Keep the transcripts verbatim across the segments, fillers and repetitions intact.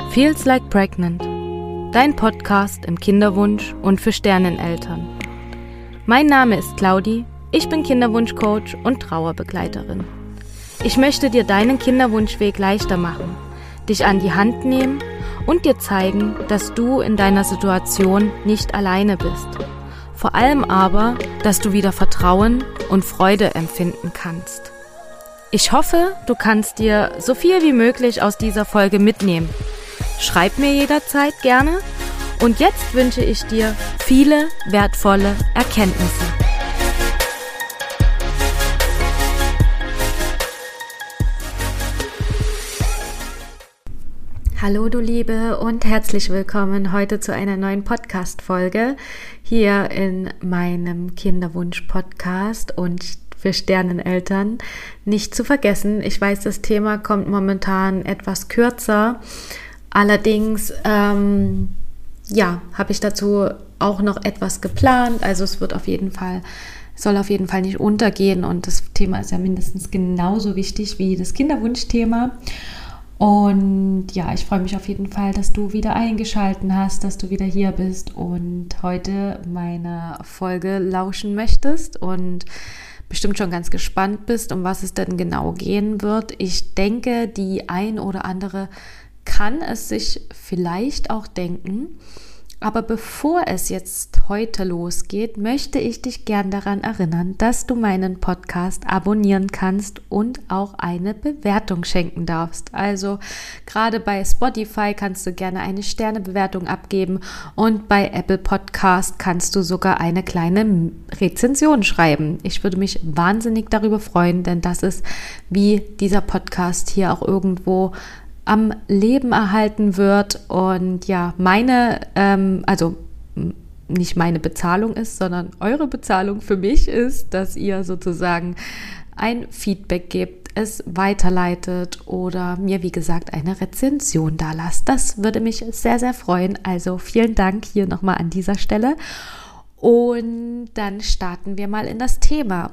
Feels Like Pregnant, dein Podcast im Kinderwunsch und für Sterneneltern. Mein Name ist Claudi, ich bin Kinderwunschcoach und Trauerbegleiterin. Ich möchte dir deinen Kinderwunschweg leichter machen, dich an die Hand nehmen und dir zeigen, dass du in deiner Situation nicht alleine bist. Vor allem aber, dass du wieder Vertrauen und Freude empfinden kannst. Ich hoffe, du kannst dir so viel wie möglich aus dieser Folge mitnehmen. Schreib mir jederzeit gerne und jetzt wünsche ich dir viele wertvolle Erkenntnisse. Hallo du Liebe und herzlich willkommen heute zu einer neuen Podcast-Folge hier in meinem Kinderwunsch-Podcast und für Sterneneltern. Nicht zu vergessen, ich weiß, das Thema kommt momentan etwas kürzer. Allerdings, ähm, ja, habe ich dazu auch noch etwas geplant. Also es wird auf jeden Fall, soll auf jeden Fall nicht untergehen und das Thema ist ja mindestens genauso wichtig wie das Kinderwunschthema. Und ja, ich freue mich auf jeden Fall, dass du wieder eingeschaltet hast, dass du wieder hier bist und heute meiner Folge lauschen möchtest und bestimmt schon ganz gespannt bist, um was es denn genau gehen wird. Ich denke, die ein oder andere kann es sich vielleicht auch denken. Aber bevor es jetzt heute losgeht, möchte ich dich gern daran erinnern, dass du meinen Podcast abonnieren kannst und auch eine Bewertung schenken darfst. Also gerade bei Spotify kannst du gerne eine Sternebewertung abgeben und bei Apple Podcast kannst du sogar eine kleine Rezension schreiben. Ich würde mich wahnsinnig darüber freuen, denn das ist, wie dieser Podcast hier auch irgendwo am Leben erhalten wird und ja, meine, ähm, also nicht meine Bezahlung ist, sondern eure Bezahlung für mich ist, dass ihr sozusagen ein Feedback gebt, es weiterleitet oder mir, wie gesagt, eine Rezension da lasst. Das würde mich sehr, sehr freuen. Also vielen Dank hier nochmal an dieser Stelle und dann starten wir mal in das Thema.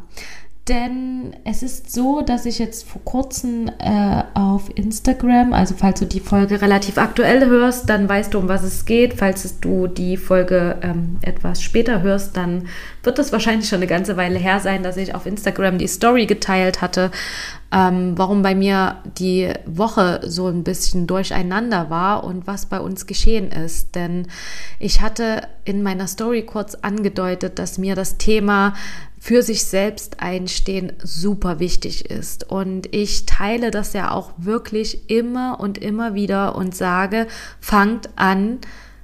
Denn es ist so, dass ich jetzt vor kurzem äh, auf Instagram, also falls du die Folge relativ aktuell hörst, dann weißt du, um was es geht. Falls du die Folge ähm, etwas später hörst, dann wird das wahrscheinlich schon eine ganze Weile her sein, dass ich auf Instagram die Story geteilt hatte, ähm, warum bei mir die Woche so ein bisschen durcheinander war und was bei uns geschehen ist. Denn ich hatte in meiner Story kurz angedeutet, dass mir das Thema für sich selbst einstehen super wichtig ist. Und ich teile das ja auch wirklich immer und immer wieder und sage, fangt an,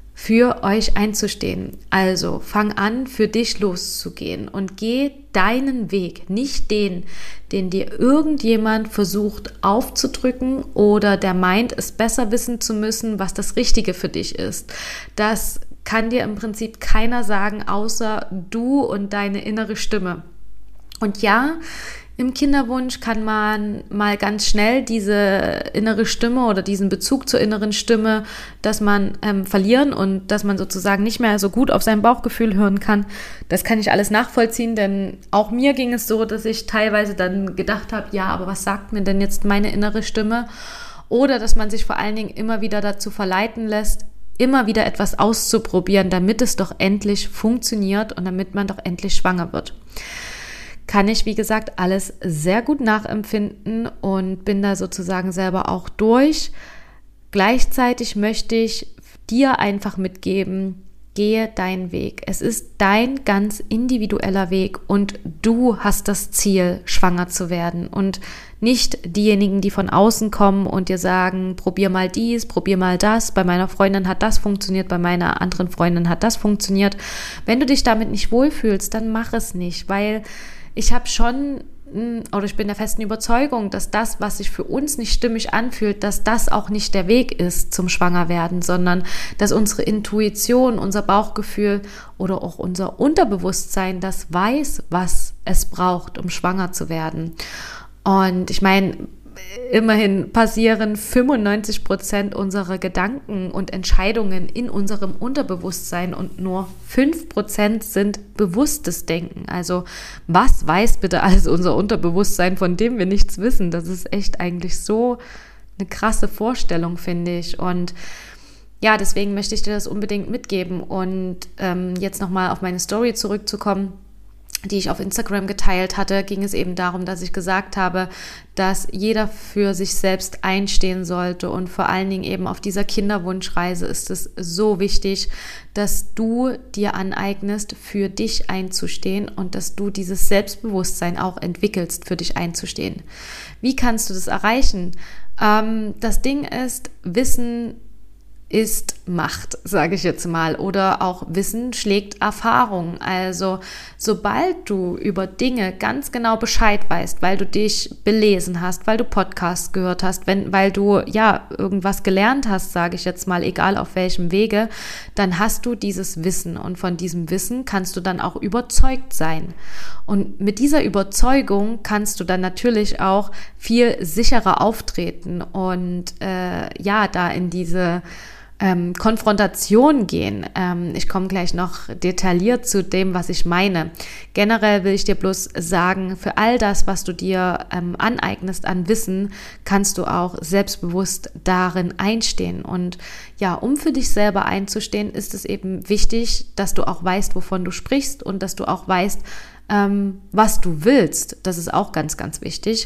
für euch einzustehen. Also fang an, für dich loszugehen und geh deinen Weg, nicht den, den dir irgendjemand versucht aufzudrücken oder der meint, es besser wissen zu müssen, was das Richtige für dich ist. Das kann dir im Prinzip keiner sagen, außer du und deine innere Stimme. Und ja, im Kinderwunsch kann man mal ganz schnell diese innere Stimme oder diesen Bezug zur inneren Stimme, dass man ähm, verlieren und dass man sozusagen nicht mehr so gut auf sein Bauchgefühl hören kann. Das kann ich alles nachvollziehen, denn auch mir ging es so, dass ich teilweise dann gedacht habe, ja, aber was sagt mir denn jetzt meine innere Stimme? Oder dass man sich vor allen Dingen immer wieder dazu verleiten lässt, immer wieder etwas auszuprobieren, damit es doch endlich funktioniert und damit man doch endlich schwanger wird. Kann ich, wie gesagt, alles sehr gut nachempfinden und bin da sozusagen selber auch durch. Gleichzeitig möchte ich dir einfach mitgeben, gehe deinen Weg. Es ist dein ganz individueller Weg und du hast das Ziel, schwanger zu werden und nicht diejenigen, die von außen kommen und dir sagen, probier mal dies, probier mal das. Bei meiner Freundin hat das funktioniert, bei meiner anderen Freundin hat das funktioniert. Wenn du dich damit nicht wohlfühlst, dann mach es nicht, weil ich habe schon, oder ich bin der festen Überzeugung, dass das, was sich für uns nicht stimmig anfühlt, dass das auch nicht der Weg ist zum Schwangerwerden, sondern dass unsere Intuition, unser Bauchgefühl oder auch unser Unterbewusstsein das weiß, was es braucht, um schwanger zu werden. Und ich meine, immerhin passieren fünfundneunzig Prozent unserer Gedanken und Entscheidungen in unserem Unterbewusstsein und nur fünf Prozent sind bewusstes Denken. Also was weiß bitte alles unser Unterbewusstsein, von dem wir nichts wissen? Das ist echt eigentlich so eine krasse Vorstellung, finde ich. Und ja, deswegen möchte ich dir das unbedingt mitgeben. Und ähm, jetzt nochmal auf meine Story zurückzukommen, die ich auf Instagram geteilt hatte, ging es eben darum, dass ich gesagt habe, dass jeder für sich selbst einstehen sollte und vor allen Dingen eben auf dieser Kinderwunschreise ist es so wichtig, dass du dir aneignest, für dich einzustehen und dass du dieses Selbstbewusstsein auch entwickelst, für dich einzustehen. Wie kannst du das erreichen? Ähm, das Ding ist, Wissen ist Macht, sage ich jetzt mal, oder auch Wissen schlägt Erfahrung. Also sobald du über Dinge ganz genau Bescheid weißt, weil du dich belesen hast, weil du Podcasts gehört hast, wenn, weil du ja irgendwas gelernt hast, sage ich jetzt mal, egal auf welchem Wege, dann hast du dieses Wissen und von diesem Wissen kannst du dann auch überzeugt sein. Und mit dieser Überzeugung kannst du dann natürlich auch viel sicherer auftreten und äh, ja, da in diese Ähm, Konfrontation gehen. Ähm, ich komme gleich noch detailliert zu dem, was ich meine. Generell will ich dir bloß sagen, für all das, was du dir ähm, aneignest an Wissen, kannst du auch selbstbewusst darin einstehen. Und ja, um für dich selber einzustehen, ist es eben wichtig, dass du auch weißt, wovon du sprichst und dass du auch weißt, ähm, was du willst. Das ist auch ganz, ganz wichtig.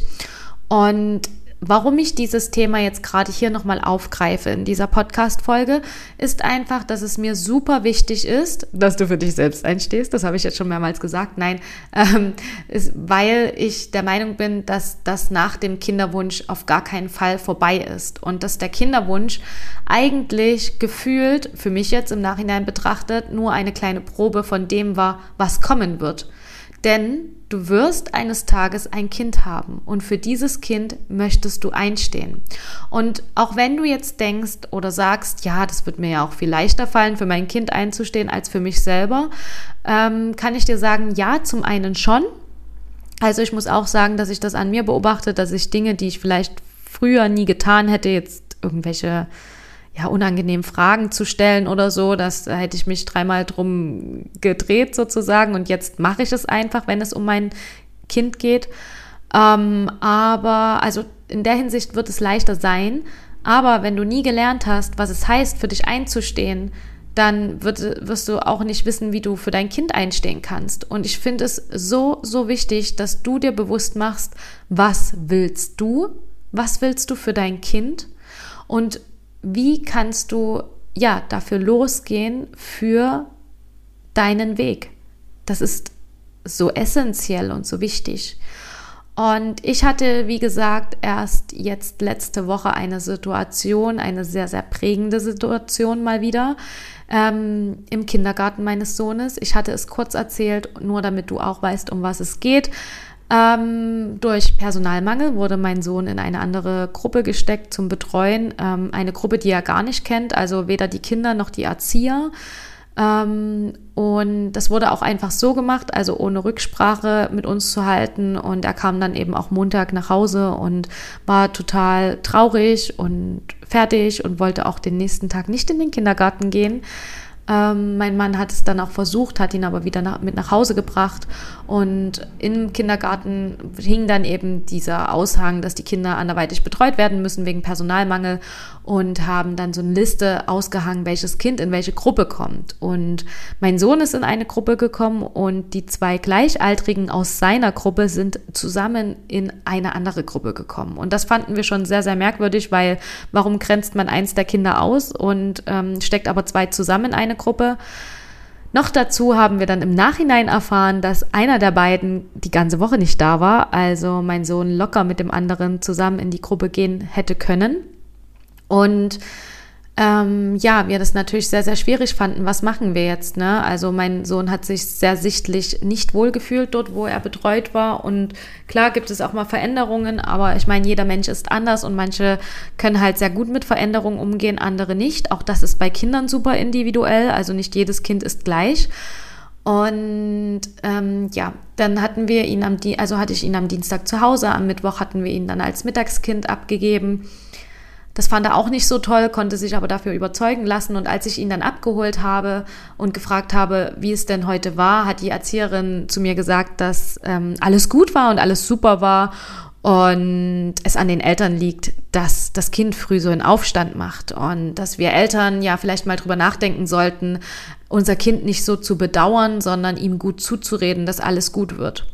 Und warum ich dieses Thema jetzt gerade hier nochmal aufgreife in dieser Podcast-Folge, ist einfach, dass es mir super wichtig ist, dass du für dich selbst einstehst. Das habe ich jetzt schon mehrmals gesagt. Nein, ähm, ist, weil ich der Meinung bin, dass das nach dem Kinderwunsch auf gar keinen Fall vorbei ist. Und dass der Kinderwunsch eigentlich gefühlt, für mich jetzt im Nachhinein betrachtet, nur eine kleine Probe von dem war, was kommen wird. Denn du wirst eines Tages ein Kind haben und für dieses Kind möchtest du einstehen. Und auch wenn du jetzt denkst oder sagst, ja, das wird mir ja auch viel leichter fallen, für mein Kind einzustehen als für mich selber, ähm, kann ich dir sagen, ja, zum einen schon. Also ich muss auch sagen, dass ich das an mir beobachte, dass ich Dinge, die ich vielleicht früher nie getan hätte, jetzt irgendwelche ja, unangenehmen Fragen zu stellen oder so, das da hätte ich mich dreimal drum gedreht sozusagen und jetzt mache ich es einfach, wenn es um mein Kind geht. Ähm, aber, also in der Hinsicht wird es leichter sein, aber wenn du nie gelernt hast, was es heißt, für dich einzustehen, dann wird, wirst du auch nicht wissen, wie du für dein Kind einstehen kannst. Und ich finde es so, so wichtig, dass du dir bewusst machst, was willst du, was willst du für dein Kind und wie kannst du ja dafür losgehen für deinen Weg? Das ist so essentiell und so wichtig. Und ich hatte, wie gesagt, erst jetzt letzte Woche eine Situation, eine sehr, sehr prägende Situation mal wieder ähm, im Kindergarten meines Sohnes. Ich hatte es kurz erzählt, nur damit du auch weißt, um was es geht. Ähm, durch Personalmangel wurde mein Sohn in eine andere Gruppe gesteckt zum Betreuen. Ähm, eine Gruppe, die er gar nicht kennt, also weder die Kinder noch die Erzieher. Ähm, und das wurde auch einfach so gemacht, also ohne Rücksprache mit uns zu halten. Und er kam dann eben auch Montag nach Hause und war total traurig und fertig und wollte auch den nächsten Tag nicht in den Kindergarten gehen. Ähm, mein Mann hat es dann auch versucht, hat ihn aber wieder nach, mit nach Hause gebracht und im Kindergarten hing dann eben dieser Aushang, dass die Kinder anderweitig betreut werden müssen wegen Personalmangel und haben dann so eine Liste ausgehangen, welches Kind in welche Gruppe kommt. Und mein Sohn ist in eine Gruppe gekommen und die zwei Gleichaltrigen aus seiner Gruppe sind zusammen in eine andere Gruppe gekommen. Und das fanden wir schon sehr, sehr merkwürdig, weil warum grenzt man eins der Kinder aus und ähm, steckt aber zwei zusammen in eine Gruppe. Noch dazu haben wir dann im Nachhinein erfahren, dass einer der beiden die ganze Woche nicht da war, also mein Sohn locker mit dem anderen zusammen in die Gruppe gehen hätte können. Und ähm, ja, wir das natürlich sehr, sehr schwierig fanden. Was machen wir jetzt, ne? Also mein Sohn hat sich sehr sichtlich nicht wohlgefühlt dort, wo er betreut war. Und klar gibt es auch mal Veränderungen, aber ich meine, jeder Mensch ist anders und manche können halt sehr gut mit Veränderungen umgehen, andere nicht. Auch das ist bei Kindern super individuell, also nicht jedes Kind ist gleich. Und ähm, ja, dann hatten wir ihn am, Di- also hatte ich ihn am Dienstag zu Hause, am Mittwoch hatten wir ihn dann als Mittagskind abgegeben. Das fand er auch nicht so toll, konnte sich aber dafür überzeugen lassen. Und als ich ihn dann abgeholt habe und gefragt habe, wie es denn heute war, hat die Erzieherin zu mir gesagt, dass ähm, alles gut war und alles super war und es an den Eltern liegt, dass das Kind früh so einen Aufstand macht und dass wir Eltern ja vielleicht mal drüber nachdenken sollten, unser Kind nicht so zu bedauern, sondern ihm gut zuzureden, dass alles gut wird.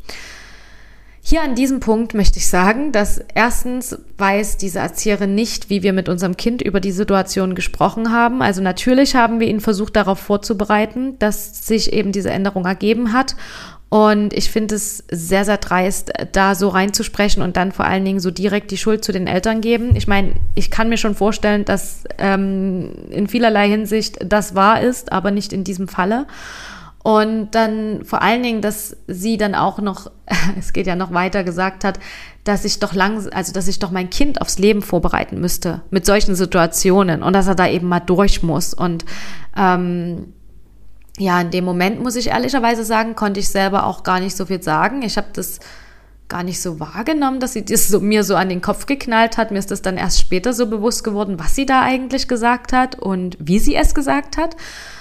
Hier an diesem Punkt möchte ich sagen, dass erstens weiß diese Erzieherin nicht, wie wir mit unserem Kind über die Situation gesprochen haben. Also natürlich haben wir ihn versucht, darauf vorzubereiten, dass sich eben diese Änderung ergeben hat. Und ich finde es sehr, sehr dreist, da so reinzusprechen und dann vor allen Dingen so direkt die Schuld zu den Eltern geben. Ich meine, ich kann mir schon vorstellen, dass ähm, in vielerlei Hinsicht das wahr ist, aber nicht in diesem Falle. Und dann vor allen Dingen, dass sie dann auch noch, es geht ja noch weiter, gesagt hat, dass ich doch lang, also dass ich doch mein Kind aufs Leben vorbereiten müsste mit solchen Situationen und dass er da eben mal durch muss. Und ähm, ja, in dem Moment, muss ich ehrlicherweise sagen, konnte ich selber auch gar nicht so viel sagen. Ich habe das gar nicht so wahrgenommen, dass sie das so, mir so an den Kopf geknallt hat. Mir ist das dann erst später so bewusst geworden, was sie da eigentlich gesagt hat und wie sie es gesagt hat.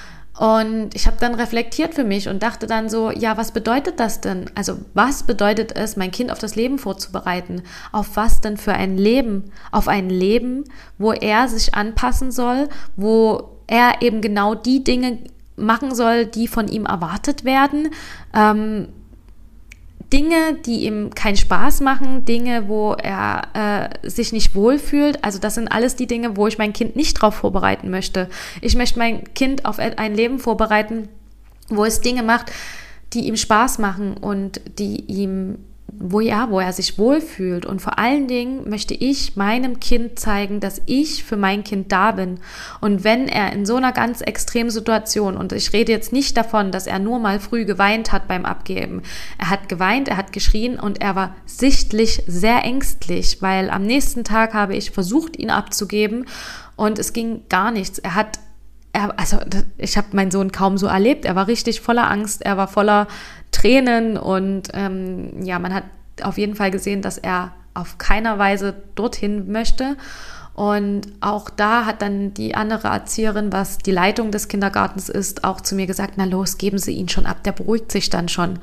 Und ich habe dann reflektiert für mich und dachte dann so, ja, was bedeutet das denn? Also was bedeutet es, mein Kind auf das Leben vorzubereiten? Auf was denn für ein Leben? Auf ein Leben, wo er sich anpassen soll, wo er eben genau die Dinge machen soll, die von ihm erwartet werden. Ähm, Dinge, die ihm keinen Spaß machen, Dinge, wo er äh, sich nicht wohlfühlt. Also das sind alles die Dinge, wo ich mein Kind nicht drauf vorbereiten möchte. Ich möchte mein Kind auf ein Leben vorbereiten, wo es Dinge macht, die ihm Spaß machen und die ihm, wo ja, wo er sich wohlfühlt. Und vor allen Dingen möchte ich meinem Kind zeigen, dass ich für mein Kind da bin. Und wenn er in so einer ganz extremen Situation, und ich rede jetzt nicht davon, dass er nur mal früh geweint hat beim Abgeben. Er hat geweint, er hat geschrien und er war sichtlich sehr ängstlich, weil am nächsten Tag habe ich versucht, ihn abzugeben und es ging gar nichts. Er hat Er, also ich habe meinen Sohn kaum so erlebt. Er war richtig voller Angst, er war voller Tränen und ähm, ja, man hat auf jeden Fall gesehen, dass er auf keiner Weise dorthin möchte. Und auch da hat dann die andere Erzieherin, was die Leitung des Kindergartens ist, auch zu mir gesagt, na los, geben Sie ihn schon ab, der beruhigt sich dann schon.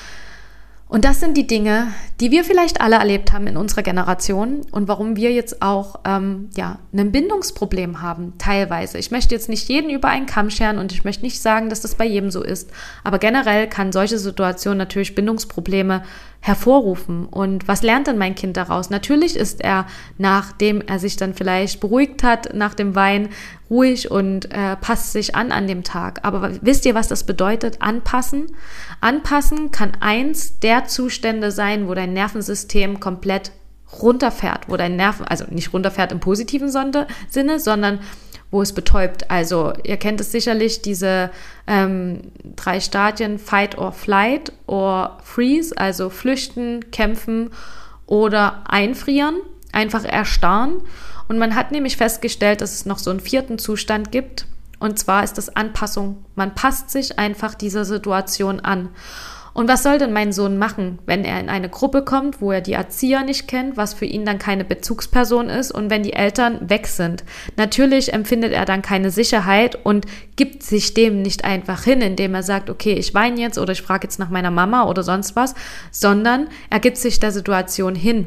Und das sind die Dinge, die wir vielleicht alle erlebt haben in unserer Generation und warum wir jetzt auch ähm, ja, ein Bindungsproblem haben, teilweise. Ich möchte jetzt nicht jeden über einen Kamm scheren und ich möchte nicht sagen, dass das bei jedem so ist. Aber generell kann solche Situationen natürlich Bindungsprobleme hervorrufen. Und was lernt denn mein Kind daraus? Natürlich ist er, nachdem er sich dann vielleicht beruhigt hat, nach dem Wein, ruhig und äh, passt sich an an dem Tag. Aber wisst ihr, was das bedeutet? Anpassen? Anpassen kann eins der Zustände sein, wo dein Nervensystem komplett runterfährt, wo dein Nerven, also nicht runterfährt im positiven Sinne, sondern wo es betäubt. Also ihr kennt es sicherlich, diese ähm, drei Stadien, Fight or Flight or Freeze, also flüchten, kämpfen oder einfrieren, einfach erstarren. Und man hat nämlich festgestellt, dass es noch so einen vierten Zustand gibt, und zwar ist das Anpassung. Man passt sich einfach dieser Situation an. Und was soll denn mein Sohn machen, wenn er in eine Gruppe kommt, wo er die Erzieher nicht kennt, was für ihn dann keine Bezugsperson ist und wenn die Eltern weg sind? Natürlich empfindet er dann keine Sicherheit und gibt sich dem nicht einfach hin, indem er sagt, okay, ich weine jetzt oder ich frage jetzt nach meiner Mama oder sonst was, sondern er gibt sich der Situation hin.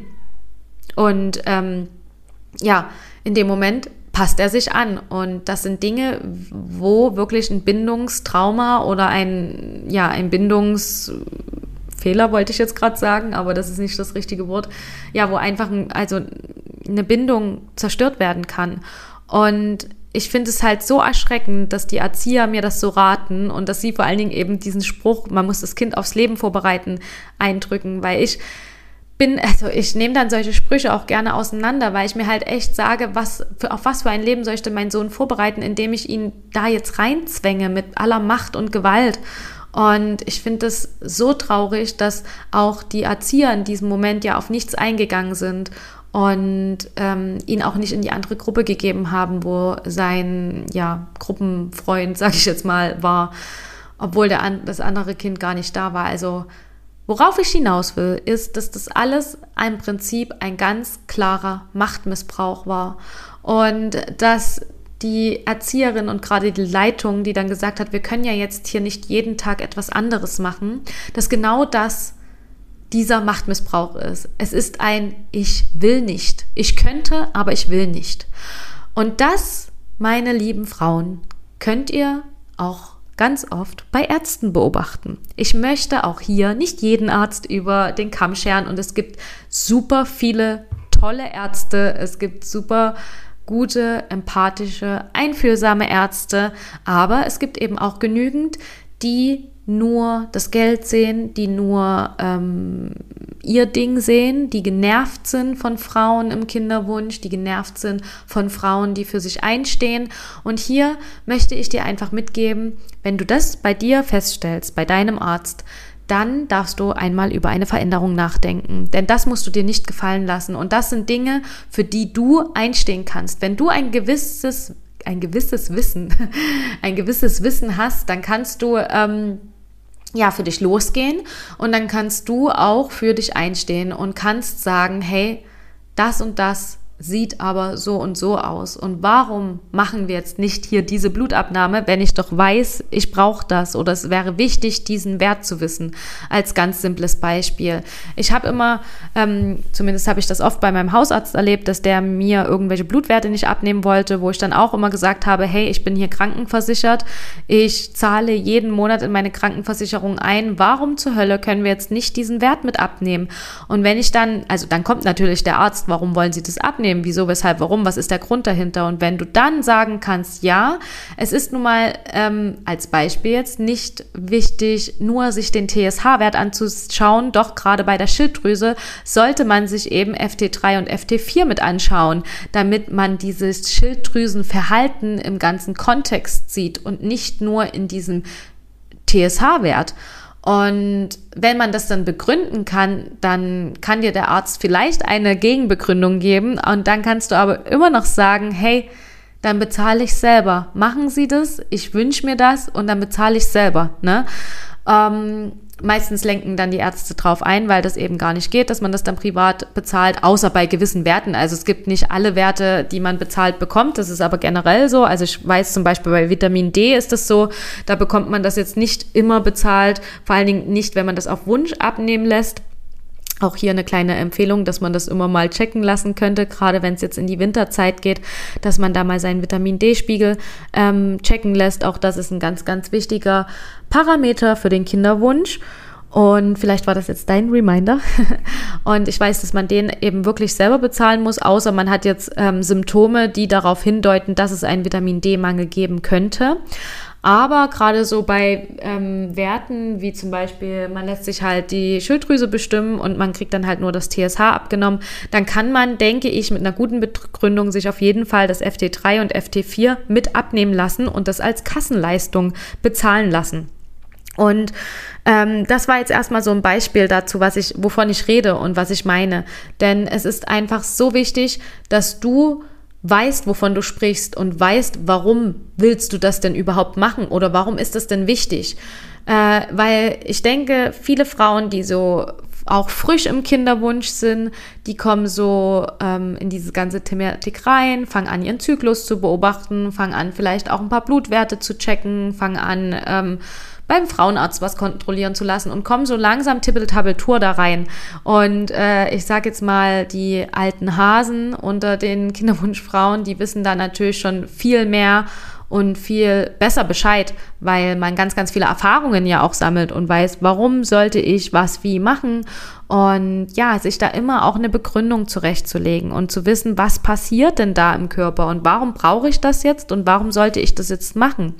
Und ähm, ja, in dem Moment passt er sich an. Und das sind Dinge, wo wirklich ein Bindungstrauma oder ein, ja, ein Bindungsfehler, wollte ich jetzt gerade sagen, aber das ist nicht das richtige Wort, ja, wo einfach ein, also eine Bindung zerstört werden kann. Und ich finde es halt so erschreckend, dass die Erzieher mir das so raten und dass sie vor allen Dingen eben diesen Spruch, man muss das Kind aufs Leben vorbereiten, eindrücken, weil ich bin, also ich nehme dann solche Sprüche auch gerne auseinander, weil ich mir halt echt sage, was für, auf was für ein Leben soll ich denn meinen Sohn vorbereiten, indem ich ihn da jetzt reinzwänge mit aller Macht und Gewalt. Und ich finde es so traurig, dass auch die Erzieher in diesem Moment ja auf nichts eingegangen sind und ähm, ihn auch nicht in die andere Gruppe gegeben haben, wo sein ja, Gruppenfreund, sage ich jetzt mal, war, obwohl der, das andere Kind gar nicht da war. Also worauf ich hinaus will, ist, dass das alles im Prinzip ein ganz klarer Machtmissbrauch war und dass die Erzieherin und gerade die Leitung, die dann gesagt hat, wir können ja jetzt hier nicht jeden Tag etwas anderes machen, dass genau das dieser Machtmissbrauch ist. Es ist ein Ich will nicht. Ich könnte, aber ich will nicht. Und das, meine lieben Frauen, könnt ihr auch ganz oft bei Ärzten beobachten. Ich möchte auch hier nicht jeden Arzt über den Kamm scheren und es gibt super viele tolle Ärzte, es gibt super gute, empathische, einfühlsame Ärzte, aber es gibt eben auch genügend, die nur das Geld sehen, die nur ähm, ihr Ding sehen, die genervt sind von Frauen im Kinderwunsch, die genervt sind von Frauen, die für sich einstehen. Und hier möchte ich dir einfach mitgeben, wenn du das bei dir feststellst, bei deinem Arzt, dann darfst du einmal über eine Veränderung nachdenken. Denn das musst du dir nicht gefallen lassen. Und das sind Dinge, für die du einstehen kannst. Wenn du ein gewisses, ein gewisses Wissen, ein gewisses Wissen hast, dann kannst du ähm, ja, für dich losgehen und dann kannst du auch für dich einstehen und kannst sagen, hey, das und das sieht aber so und so aus. Und warum machen wir jetzt nicht hier diese Blutabnahme, wenn ich doch weiß, ich brauche das oder es wäre wichtig, diesen Wert zu wissen, als ganz simples Beispiel. Ich habe immer, ähm, zumindest habe ich das oft bei meinem Hausarzt erlebt, dass der mir irgendwelche Blutwerte nicht abnehmen wollte, wo ich dann auch immer gesagt habe, hey, ich bin hier krankenversichert, ich zahle jeden Monat in meine Krankenversicherung ein, warum zur Hölle können wir jetzt nicht diesen Wert mit abnehmen? Und wenn ich dann, also dann kommt natürlich der Arzt, warum wollen Sie das abnehmen? Wieso, weshalb, warum, was ist der Grund dahinter? Und wenn du dann sagen kannst, ja, es ist nun mal ähm, als Beispiel jetzt nicht wichtig, nur sich den T S H-Wert anzuschauen, doch gerade bei der Schilddrüse sollte man sich eben F T drei und F T vier mit anschauen, damit man dieses Schilddrüsenverhalten im ganzen Kontext sieht und nicht nur in diesem T S H-Wert. Und wenn man das dann begründen kann, dann kann dir der Arzt vielleicht eine Gegenbegründung geben und dann kannst du aber immer noch sagen, hey, dann bezahle ich selber. Machen Sie das, ich wünsche mir das und dann bezahle ich selber. Ne? Ähm, meistens lenken dann die Ärzte drauf ein, weil das eben gar nicht geht, dass man das dann privat bezahlt, außer bei gewissen Werten. Also es gibt nicht alle Werte, die man bezahlt bekommt, das ist aber generell so. Also ich weiß zum Beispiel bei Vitamin D ist das so, da bekommt man das jetzt nicht immer bezahlt, vor allen Dingen nicht, wenn man das auf Wunsch abnehmen lässt. Auch hier eine kleine Empfehlung, dass man das immer mal checken lassen könnte, gerade wenn es jetzt in die Winterzeit geht, dass man da mal seinen Vitamin-D-Spiegel ähm, checken lässt. Auch das ist ein ganz, ganz wichtiger Parameter für den Kinderwunsch. Und vielleicht war das jetzt dein Reminder. Und ich weiß, dass man den eben wirklich selber bezahlen muss, außer man hat jetzt ähm, Symptome, die darauf hindeuten, dass es einen Vitamin-D-Mangel geben könnte. Aber gerade so bei ähm, Werten, wie zum Beispiel, man lässt sich halt die Schilddrüse bestimmen und man kriegt dann halt nur das T S H abgenommen, dann kann man, denke ich, mit einer guten Begründung sich auf jeden Fall das F T drei und F T vier mit abnehmen lassen und das als Kassenleistung bezahlen lassen. Und ähm, das war jetzt erstmal so ein Beispiel dazu, was ich, wovon ich rede und was ich meine. Denn es ist einfach so wichtig, dass du weißt, wovon du sprichst und weißt, warum willst du das denn überhaupt machen oder warum ist das denn wichtig? Äh, weil ich denke, viele Frauen, die so auch frisch im Kinderwunsch sind, die kommen so ähm, in diese ganze Thematik rein, fangen an, ihren Zyklus zu beobachten, fangen an, vielleicht auch ein paar Blutwerte zu checken, fangen an, ähm, beim Frauenarzt was kontrollieren zu lassen und kommen so langsam tippeltabbeltour da rein. Und äh, ich sage jetzt mal, die alten Hasen unter den Kinderwunschfrauen, die wissen da natürlich schon viel mehr und viel besser Bescheid, weil man ganz, ganz viele Erfahrungen ja auch sammelt und weiß, warum sollte ich was wie machen und ja, sich da immer auch eine Begründung zurechtzulegen und zu wissen, was passiert denn da im Körper und warum brauche ich das jetzt und warum sollte ich das jetzt machen?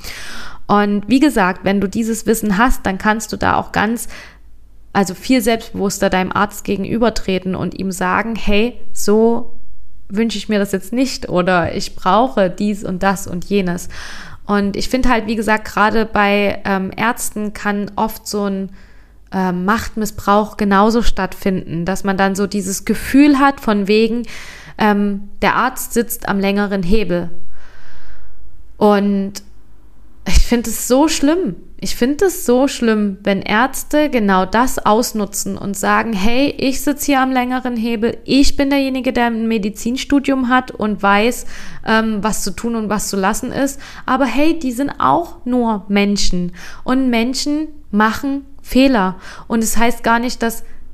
Und wie gesagt, wenn du dieses Wissen hast, dann kannst du da auch ganz, also viel selbstbewusster deinem Arzt gegenübertreten und ihm sagen, hey, so wünsche ich mir das jetzt nicht oder ich brauche dies und das und jenes. Und ich finde halt, wie gesagt, gerade bei ähm, Ärzten kann oft so ein ähm, Machtmissbrauch genauso stattfinden, dass man dann so dieses Gefühl hat von wegen, ähm, der Arzt sitzt am längeren Hebel. Und ich finde es so schlimm. Ich finde es so schlimm, wenn Ärzte genau das ausnutzen und sagen, hey, ich sitze hier am längeren Hebel, ich bin derjenige, der ein Medizinstudium hat und weiß, ähm, was zu tun und was zu lassen ist. Aber hey, die sind auch nur Menschen und Menschen machen Fehler. Und es heißt gar nicht, dass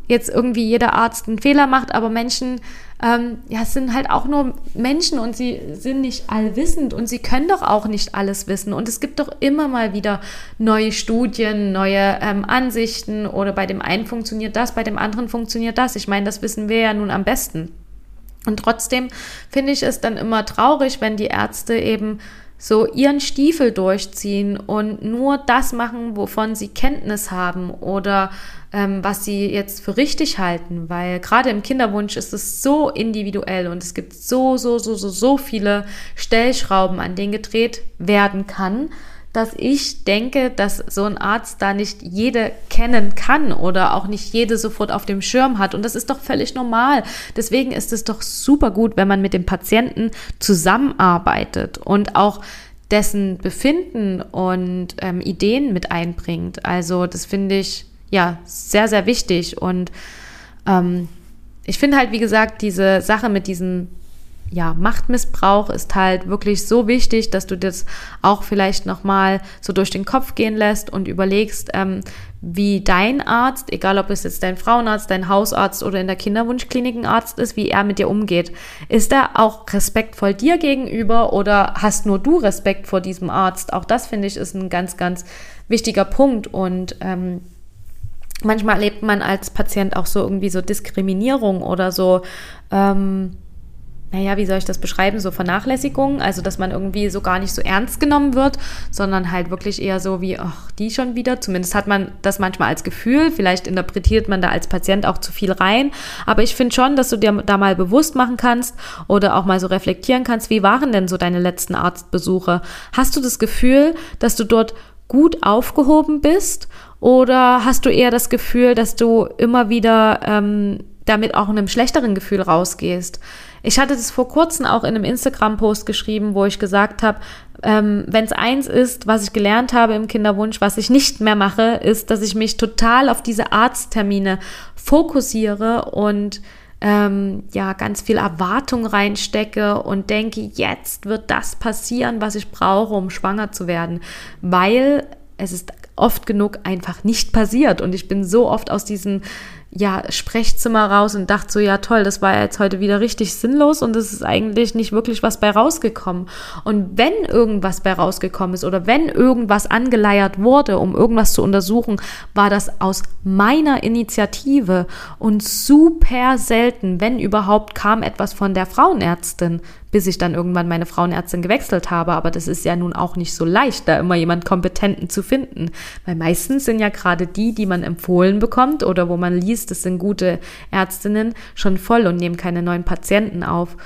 jetzt irgendwie jeder Arzt einen Fehler macht, aber Menschen ähm, ja, sind halt auch nur Menschen und sie sind nicht allwissend und sie können doch auch nicht alles wissen. Und es gibt doch immer mal wieder neue Studien, neue ähm, Ansichten oder bei dem einen funktioniert das, bei dem anderen funktioniert das. Ich meine, das wissen wir ja nun am besten. Und trotzdem finde ich es dann immer traurig, wenn die Ärzte eben so ihren Stiefel durchziehen und nur das machen, wovon sie Kenntnis haben oder ähm, was sie jetzt für richtig halten, weil gerade im Kinderwunsch ist es so individuell und es gibt so, so, so, so, so viele Stellschrauben, an denen gedreht werden kann, dass ich denke, dass so ein Arzt da nicht jede kennen kann oder auch nicht jede sofort auf dem Schirm hat. Und das ist doch völlig normal. Deswegen ist es doch super gut, wenn man mit dem Patienten zusammenarbeitet und auch dessen Befinden und ähm, Ideen mit einbringt. Also das finde ich ja sehr, sehr wichtig. Und ähm, ich finde halt, wie gesagt, diese Sache mit diesem ja, Machtmissbrauch ist halt wirklich so wichtig, dass du das auch vielleicht nochmal so durch den Kopf gehen lässt und überlegst, ähm, wie dein Arzt, egal ob es jetzt dein Frauenarzt, dein Hausarzt oder in der Kinderwunschklinik ein Arzt ist, wie er mit dir umgeht. Ist er auch respektvoll dir gegenüber oder hast nur du Respekt vor diesem Arzt? Auch das, finde ich, ist ein ganz, ganz wichtiger Punkt und ähm, manchmal erlebt man als Patient auch so irgendwie so Diskriminierung oder so, ähm, naja, wie soll ich das beschreiben, so Vernachlässigung, also dass man irgendwie so gar nicht so ernst genommen wird, sondern halt wirklich eher so wie, ach, die schon wieder, zumindest hat man das manchmal als Gefühl, vielleicht interpretiert man da als Patient auch zu viel rein, aber ich finde schon, dass du dir da mal bewusst machen kannst oder auch mal so reflektieren kannst, wie waren denn so deine letzten Arztbesuche? Hast du das Gefühl, dass du dort gut aufgehoben bist oder hast du eher das Gefühl, dass du immer wieder ähm, damit auch in einem schlechteren Gefühl rausgehst? Ich hatte das vor kurzem auch in einem Instagram-Post geschrieben, wo ich gesagt habe, ähm, wenn es eins ist, was ich gelernt habe im Kinderwunsch, was ich nicht mehr mache, ist, dass ich mich total auf diese Arzttermine fokussiere und ähm, ja ganz viel Erwartung reinstecke und denke, jetzt wird das passieren, was ich brauche, um schwanger zu werden, weil es ist oft genug einfach nicht passiert und ich bin so oft aus diesem ja, Sprechzimmer raus und dachte so, ja toll, das war jetzt heute wieder richtig sinnlos und es ist eigentlich nicht wirklich was bei rausgekommen. Und wenn irgendwas bei rausgekommen ist oder wenn irgendwas angeleiert wurde, um irgendwas zu untersuchen, war das aus meiner Initiative und super selten, wenn überhaupt, kam etwas von der Frauenärztin, bis ich dann irgendwann meine Frauenärztin gewechselt habe. Aber das ist ja nun auch nicht so leicht, da immer jemand Kompetenten zu finden, weil meistens sind ja gerade die, die man empfohlen bekommt oder wo man liest, das sind gute Ärztinnen, schon voll und nehmen keine neuen Patienten auf.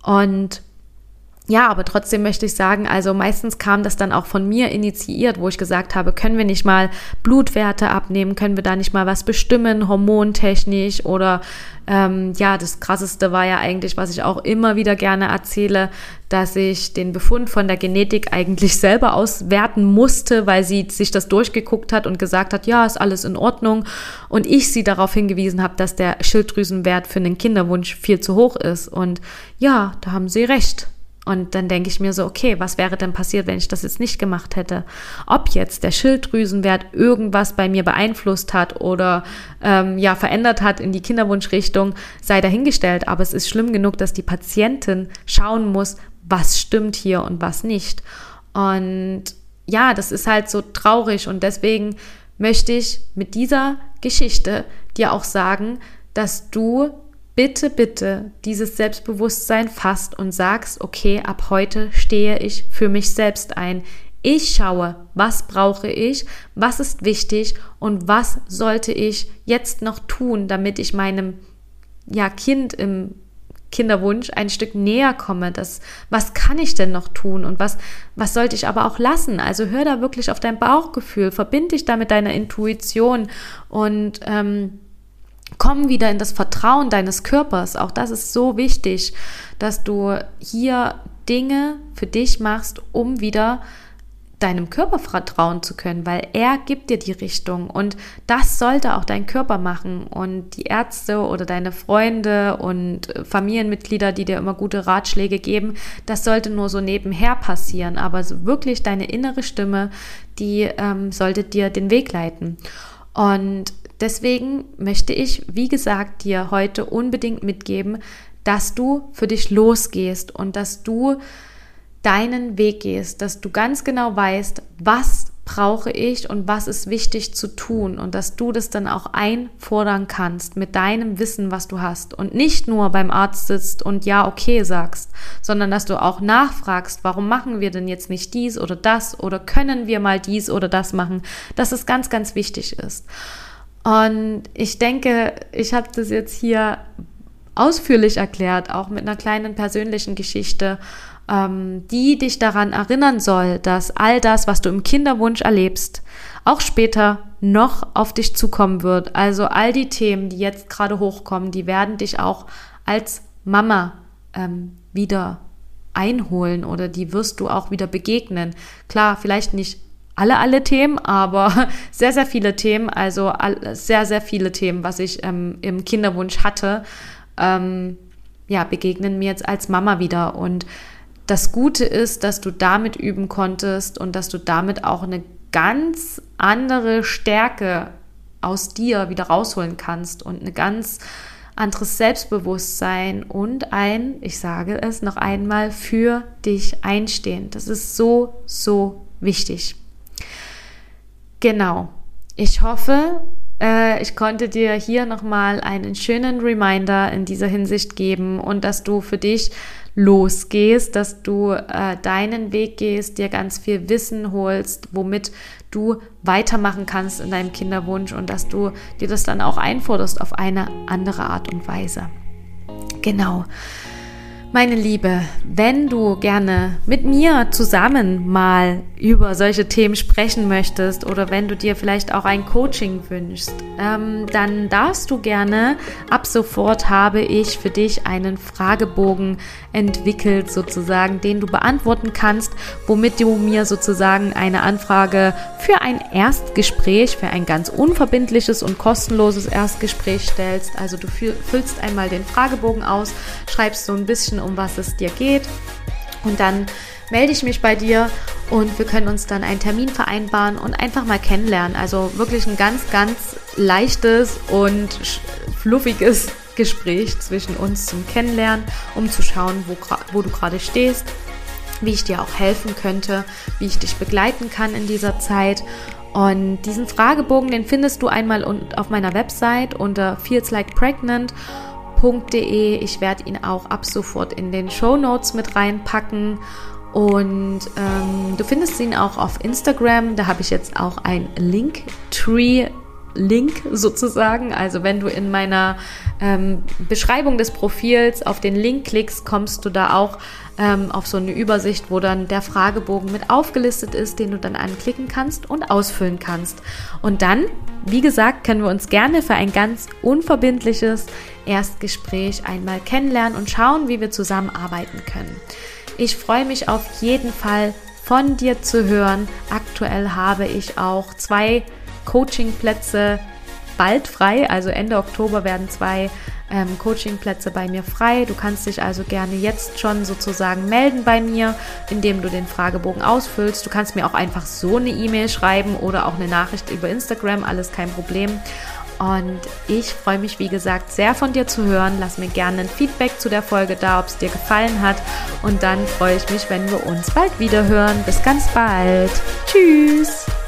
Und ja, aber trotzdem möchte ich sagen, also meistens kam das dann auch von mir initiiert, wo ich gesagt habe, können wir nicht mal Blutwerte abnehmen, können wir da nicht mal was bestimmen, hormontechnisch oder ähm, ja, das Krasseste war ja eigentlich, was ich auch immer wieder gerne erzähle, dass ich den Befund von der Genetik eigentlich selber auswerten musste, weil sie sich das durchgeguckt hat und gesagt hat, ja, ist alles in Ordnung und ich sie darauf hingewiesen habe, dass der Schilddrüsenwert für einen Kinderwunsch viel zu hoch ist und ja, da haben sie recht. Und dann denke ich mir so, okay, was wäre denn passiert, wenn ich das jetzt nicht gemacht hätte? Ob jetzt der Schilddrüsenwert irgendwas bei mir beeinflusst hat oder ähm, ja verändert hat in die Kinderwunschrichtung, sei dahingestellt. Aber es ist schlimm genug, dass die Patientin schauen muss, was stimmt hier und was nicht. Und ja, das ist halt so traurig und deswegen möchte ich mit dieser Geschichte dir auch sagen, dass du bitte, bitte dieses Selbstbewusstsein fasst und sagst, okay, ab heute stehe ich für mich selbst ein. Ich schaue, was brauche ich, was ist wichtig und was sollte ich jetzt noch tun, damit ich meinem ja, Kind im Kinderwunsch ein Stück näher komme. Das, was kann ich denn noch tun und was, was sollte ich aber auch lassen? Also hör da wirklich auf dein Bauchgefühl, verbind dich da mit deiner Intuition und ähm, komm wieder in das Vertrauen deines Körpers. Auch das ist so wichtig, dass du hier Dinge für dich machst, um wieder deinem Körper vertrauen zu können, weil er gibt dir die Richtung und das sollte auch dein Körper machen und die Ärzte oder deine Freunde und Familienmitglieder, die dir immer gute Ratschläge geben, das sollte nur so nebenher passieren, aber so wirklich deine innere Stimme, die ähm, sollte dir den Weg leiten. Und deswegen möchte ich, wie gesagt, dir heute unbedingt mitgeben, dass du für dich losgehst und dass du deinen Weg gehst, dass du ganz genau weißt, was brauche ich und was ist wichtig zu tun und dass du das dann auch einfordern kannst mit deinem Wissen, was du hast und nicht nur beim Arzt sitzt und ja, okay sagst, sondern dass du auch nachfragst, warum machen wir denn jetzt nicht dies oder das oder können wir mal dies oder das machen, dass es ganz, ganz wichtig ist. Und ich denke, ich habe das jetzt hier ausführlich erklärt, auch mit einer kleinen persönlichen Geschichte, ähm, die dich daran erinnern soll, dass all das, was du im Kinderwunsch erlebst, auch später noch auf dich zukommen wird. Also all die Themen, die jetzt gerade hochkommen, die werden dich auch als Mama ähm, wieder einholen oder die wirst du auch wieder begegnen. Klar, vielleicht nicht alle, alle Themen, aber sehr, sehr viele Themen, also all, sehr, sehr viele Themen, was ich ähm, im Kinderwunsch hatte, ähm, ja, begegnen mir jetzt als Mama wieder. Und das Gute ist, dass du damit üben konntest und dass du damit auch eine ganz andere Stärke aus dir wieder rausholen kannst und ein ganz anderes Selbstbewusstsein und ein, ich sage es noch einmal, für dich einstehen. Das ist so, so wichtig. Genau. Ich hoffe, äh, ich konnte dir hier nochmal einen schönen Reminder in dieser Hinsicht geben und dass du für dich losgehst, dass du äh, deinen Weg gehst, dir ganz viel Wissen holst, womit du weitermachen kannst in deinem Kinderwunsch und dass du dir das dann auch einforderst auf eine andere Art und Weise. Genau. Meine Liebe, wenn du gerne mit mir zusammen mal über solche Themen sprechen möchtest oder wenn du dir vielleicht auch ein Coaching wünschst, ähm, dann darfst du gerne, ab sofort habe ich für dich einen Fragebogen entwickelt sozusagen, den du beantworten kannst, womit du mir sozusagen eine Anfrage für ein Erstgespräch, für ein ganz unverbindliches und kostenloses Erstgespräch stellst. Also du füllst einmal den Fragebogen aus, schreibst so ein bisschen, um was es dir geht und dann melde ich mich bei dir und wir können uns dann einen Termin vereinbaren und einfach mal kennenlernen. Also wirklich ein ganz, ganz leichtes und fluffiges Gespräch zwischen uns zum Kennenlernen, um zu schauen, wo, wo du gerade stehst, wie ich dir auch helfen könnte, wie ich dich begleiten kann in dieser Zeit. Und diesen Fragebogen, den findest du einmal auf meiner Website unter feels like pregnant punkt de. Ich werde ihn auch ab sofort in den Shownotes mit reinpacken. Und ähm, du findest ihn auch auf Instagram. Da habe ich jetzt auch ein Linktree-Link sozusagen. Also wenn du in meiner ähm, Beschreibung des Profils auf den Link klickst, kommst du da auch ähm, auf so eine Übersicht, wo dann der Fragebogen mit aufgelistet ist, den du dann anklicken kannst und ausfüllen kannst. Und dann, wie gesagt, können wir uns gerne für ein ganz unverbindliches Erstgespräch einmal kennenlernen und schauen, wie wir zusammenarbeiten können. Ich freue mich auf jeden Fall, von dir zu hören. Aktuell habe ich auch zwei Coachingplätze bald frei, also Ende Oktober werden zwei ähm, Coachingplätze bei mir frei. Du kannst dich also gerne jetzt schon sozusagen melden bei mir, indem du den Fragebogen ausfüllst. Du kannst mir auch einfach so eine E-Mail schreiben oder auch eine Nachricht über Instagram, alles kein Problem. Und ich freue mich, wie gesagt, sehr von dir zu hören. Lass mir gerne ein Feedback zu der Folge da, ob es dir gefallen hat. Und dann freue ich mich, wenn wir uns bald wieder hören. Bis ganz bald. Tschüss.